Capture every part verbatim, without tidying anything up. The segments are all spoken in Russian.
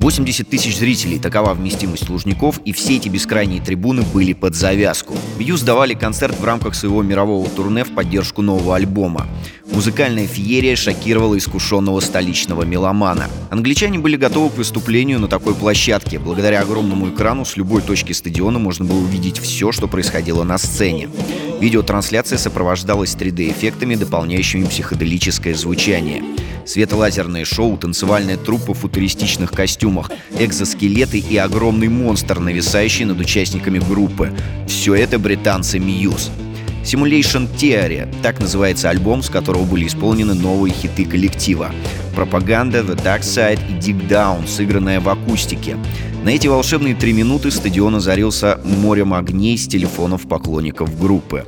восемьдесят тысяч зрителей — такова вместимость Лужников, и все эти бескрайние трибуны были под завязку. Мьюз давали концерт в рамках своего мирового турне в поддержку нового альбома. Музыкальная феерия шокировала искушенного столичного меломана. Англичане были готовы к выступлению на такой площадке. Благодаря огромному экрану с любой точки стадиона можно было увидеть все, что происходило на сцене. Видеотрансляция сопровождалась три дэ-эффектами, дополняющими психоделическое звучание. Светолазерное шоу, танцевальная труппа в футуристичных костюмах, экзоскелеты и огромный монстр, нависающий над участниками группы. Все это британцы Muse. Simulation Theory — так называется альбом, с которого были исполнены новые хиты коллектива. Пропаганда, The Dark Side и Dig Down, сыгранная в акустике. На эти волшебные три минуты стадион озарился морем огней с телефонов поклонников группы.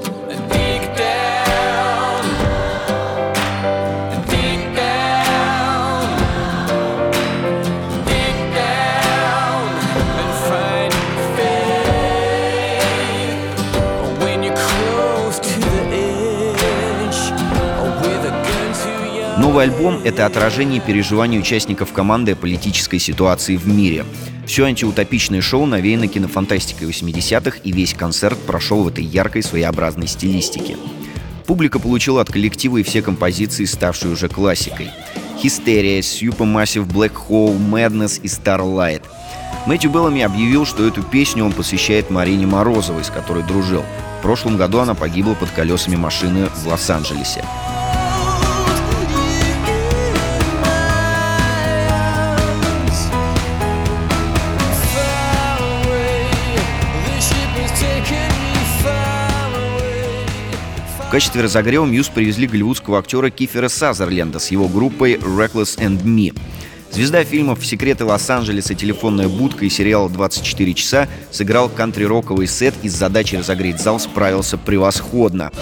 Новый альбом — это отражение переживаний участников команды о политической ситуации в мире. Все антиутопичное шоу навеяно кинофантастикой восьмидесятых, и весь концерт прошел в этой яркой своеобразной стилистике. Публика получила от коллектива и все композиции, ставшие уже классикой. Hysteria, Supermassive Black Hole, Madness и Starlight. Мэтью Беллами объявил, что эту песню он посвящает Марине Морозовой, с которой дружил. В прошлом году она погибла под колесами машины в Лос-Анджелесе. В качестве разогрева Muse привезли голливудского актера Кифера Сазерленда с его группой Reckless and Me. Звезда фильмов «Секреты Лос-Анджелеса», «Телефонная будка» и сериала «двадцать четыре часа» сыграл кантри-роковый сет и с задачей разогреть зал справился превосходно.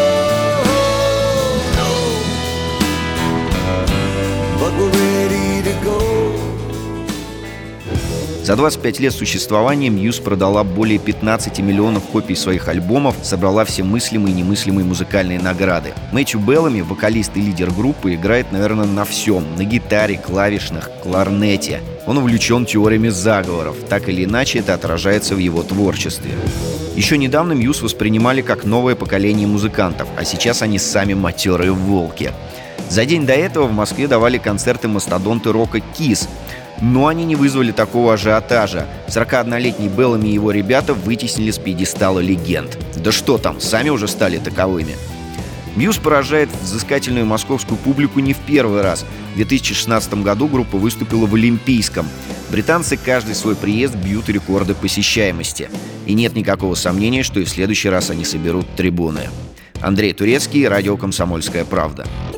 За двадцать пять лет существования Muse продала более пятнадцати миллионов копий своих альбомов, собрала все мыслимые и немыслимые музыкальные награды. Мэтью Беллами, вокалист и лидер группы, играет, наверное, на всем — на гитаре, клавишных, кларнете. Он увлечен теориями заговоров. Так или иначе, это отражается в его творчестве. Еще недавно Muse воспринимали как новое поколение музыкантов, а сейчас они сами матерые волки. За день до этого в Москве давали концерты мастодонты рока Kiss. Но они не вызвали такого ажиотажа. сорокаоднолетний Беллами и его ребята вытеснили с пьедестала легенд. Да что там, сами уже стали таковыми. Muse поражает взыскательную московскую публику не в первый раз. В две тысячи шестнадцатом году группа выступила в Олимпийском. Британцы каждый свой приезд бьют рекорды посещаемости. И нет никакого сомнения, что и в следующий раз они соберут трибуны. Андрей Турецкий, радио «Комсомольская правда».